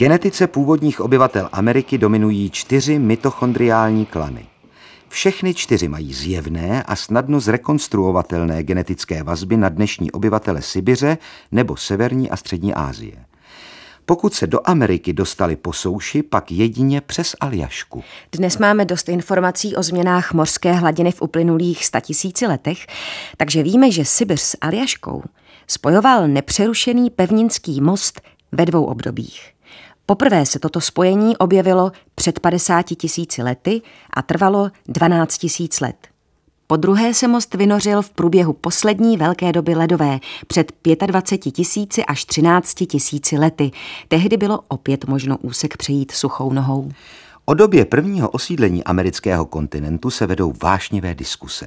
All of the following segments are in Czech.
genetice původních obyvatel Ameriky dominují 4 mitochondriální klany. Všechny 4 mají zjevné a snadno zrekonstruovatelné genetické vazby na dnešní obyvatele Sibiře nebo severní a střední Asie. Pokud se do Ameriky dostali po souši, pak jedině přes Aljašku. Dnes máme dost informací o změnách mořské hladiny v uplynulých 100 000 letech, takže víme, že Sibiř s Aljaškou spojoval nepřerušený pevninský most ve 2 obdobích. Poprvé se toto spojení objevilo před 50 000 lety a trvalo 12 000 let. Po druhé se most vynořil v průběhu poslední velké doby ledové před 25 000 až 13 000 lety. Tehdy bylo opět možno úsek přejít suchou nohou. O době prvního osídlení amerického kontinentu se vedou vášnivé diskuse.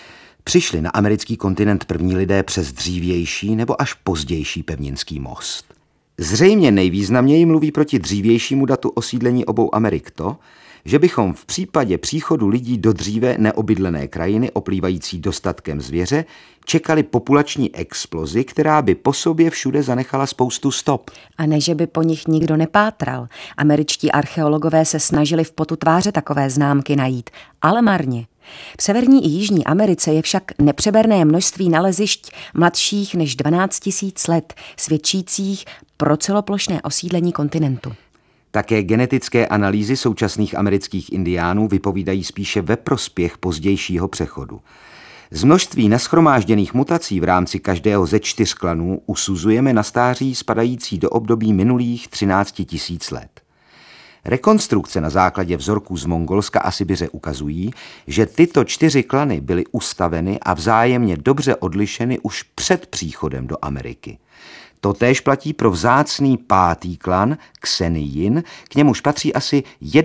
Přišli na americký kontinent první lidé přes dřívější nebo až pozdější pevninský most. Zřejmě nejvýznamněji mluví proti dřívějšímu datu osídlení obou Amerik to, že bychom v případě příchodu lidí do dříve neobydlené krajiny oplývající dostatkem zvěře čekali populační explozi, která by po sobě všude zanechala spoustu stop. A ne, že by po nich nikdo nepátral. Američtí archeologové se snažili v potu tváře takové známky najít, ale marně. V Severní i Jižní Americe je však nepřeberné množství nalezišť mladších než 12 000 let, svědčících pro celoplošné osídlení kontinentu. Také genetické analýzy současných amerických indiánů vypovídají spíše ve prospěch pozdějšího přechodu. Z množství nashromážděných mutací v rámci každého ze 4 klanů usuzujeme na stáří spadající do období minulých 13 000 let. Rekonstrukce na základě vzorků z Mongolska a Sibiře ukazují, že tyto 4 klany byly ustaveny a vzájemně dobře odlišeny už před příchodem do Ameriky. Totéž platí pro vzácný 5. klan Xenijin, k němuž patří asi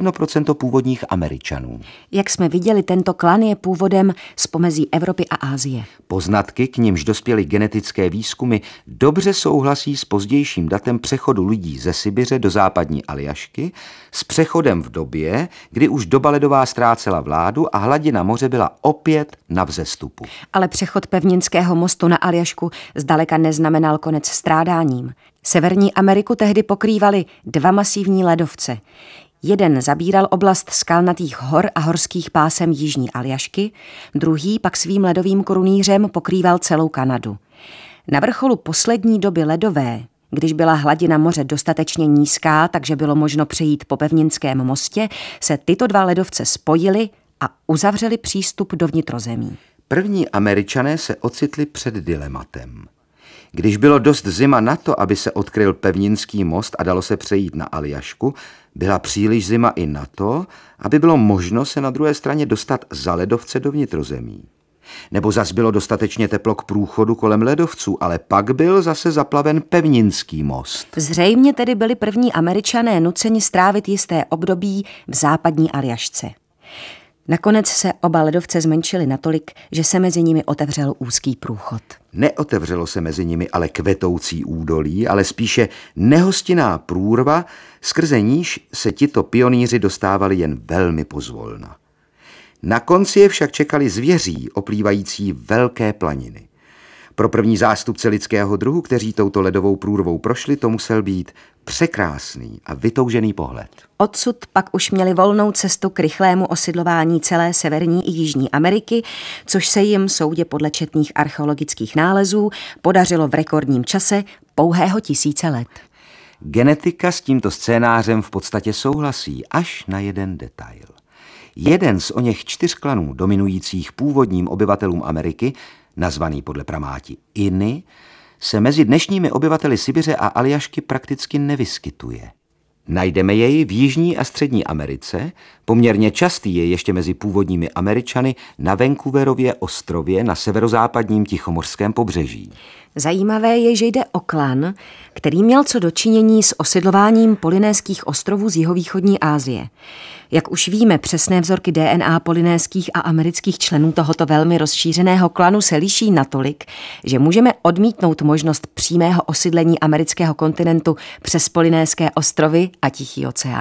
1% původních Američanů. Jak jsme viděli, tento klan je původem z pomezí Evropy a Asie. Poznatky, k nimž dospěly genetické výzkumy, dobře souhlasí s pozdějším datem přechodu lidí ze Sibiře do západní Aljašky, s přechodem v době, kdy už doba ledová ztrácela vládu a hladina moře byla opět na vzestupu. Ale přechod pevninského mostu na Aljašku zdaleka neznamenal konec strádáním. Severní Ameriku tehdy pokrývaly 2 masivní ledovce. Jeden zabíral oblast skalnatých hor a horských pásem jižní Aljašky, druhý pak svým ledovým korunýřem pokrýval celou Kanadu. Na vrcholu poslední doby ledové, když byla hladina moře dostatečně nízká, takže bylo možno přejít po pevninském mostě, se tyto 2 ledovce spojily a uzavřeli přístup do vnitrozemí. První Američané se ocitli před dilematem. Když bylo dost zima na to, aby se odkryl pevninský most a dalo se přejít na Aljašku, byla příliš zima i na to, aby bylo možno se na druhé straně dostat za ledovce do vnitrozemí. Nebo zas bylo dostatečně teplo k průchodu kolem ledovců, ale pak byl zase zaplaven pevninský most. Zřejmě tedy byli první Američané nuceni strávit jisté období v západní Aljašce. Nakonec se oba ledovce zmenšily natolik, že se mezi nimi otevřel úzký průchod. Neotevřelo se mezi nimi ale kvetoucí údolí, ale spíše nehostinná průrva, skrze níž se tito pionýři dostávali jen velmi pozvolna. Na konci je však čekali zvěří oplývající velké planiny. Pro první zástupce lidského druhu, kteří touto ledovou průrvou prošli, to musel být překrásný a vytoužený pohled. Odsud pak už měli volnou cestu k rychlému osidlování celé Severní i Jižní Ameriky, což se jim, soudě podle četných archeologických nálezů, podařilo v rekordním čase pouhého 1000 let. Genetika s tímto scénářem v podstatě souhlasí až na jeden detail. Jeden z oněch 4 klanů dominujících původním obyvatelům Ameriky, nazvaný podle pramáti Inny, se mezi dnešními obyvateli Sibiře a Aljašky prakticky nevyskytuje. Najdeme jej v Jižní a Střední Americe, poměrně častý je ještě mezi původními Američany na Vancouverově ostrově na severozápadním tichomořském pobřeží. Zajímavé je, že jde o klan, který měl co dočinění s osidlováním Polynéských ostrovů z jihovýchodní Asie. Jak už víme, přesné vzorky DNA polynéských a amerických členů tohoto velmi rozšířeného klanu se liší natolik, že můžeme odmítnout možnost přímého osídlení amerického kontinentu přes Polynéské ostrovy a Tichý oceán.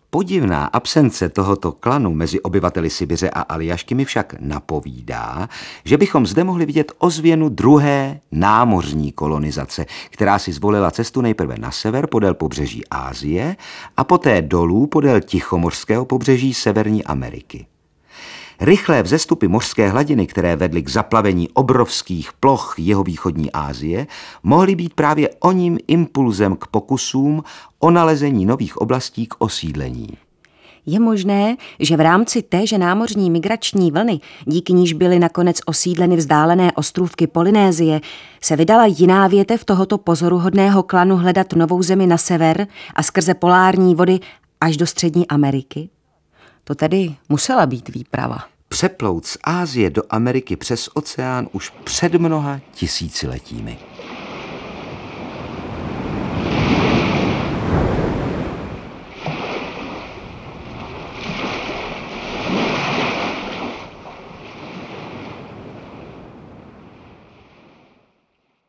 Podivná absence tohoto klanu mezi obyvateli Sibiře a Aljašky mi však napovídá, že bychom zde mohli vidět ozvěnu druhé námořní kolonizace, která si zvolila cestu nejprve na sever podél pobřeží Asie a poté dolů podél tichomořského pobřeží Severní Ameriky. Rychlé vzestupy mořské hladiny, které vedly k zaplavení obrovských ploch jihovýchodní Asie, mohly být právě oním impulzem k pokusům o nalezení nových oblastí k osídlení. Je možné, že v rámci téže námořní migrační vlny, díky níž byly nakonec osídleny vzdálené ostrůvky Polynésie, se vydala jiná větev tohoto pozoruhodného klanu hledat novou zemi na sever a skrze polární vody až do Střední Ameriky? To tedy musela být výprava. Přeplout z Asie do Ameriky přes oceán už před mnoha tisíciletími.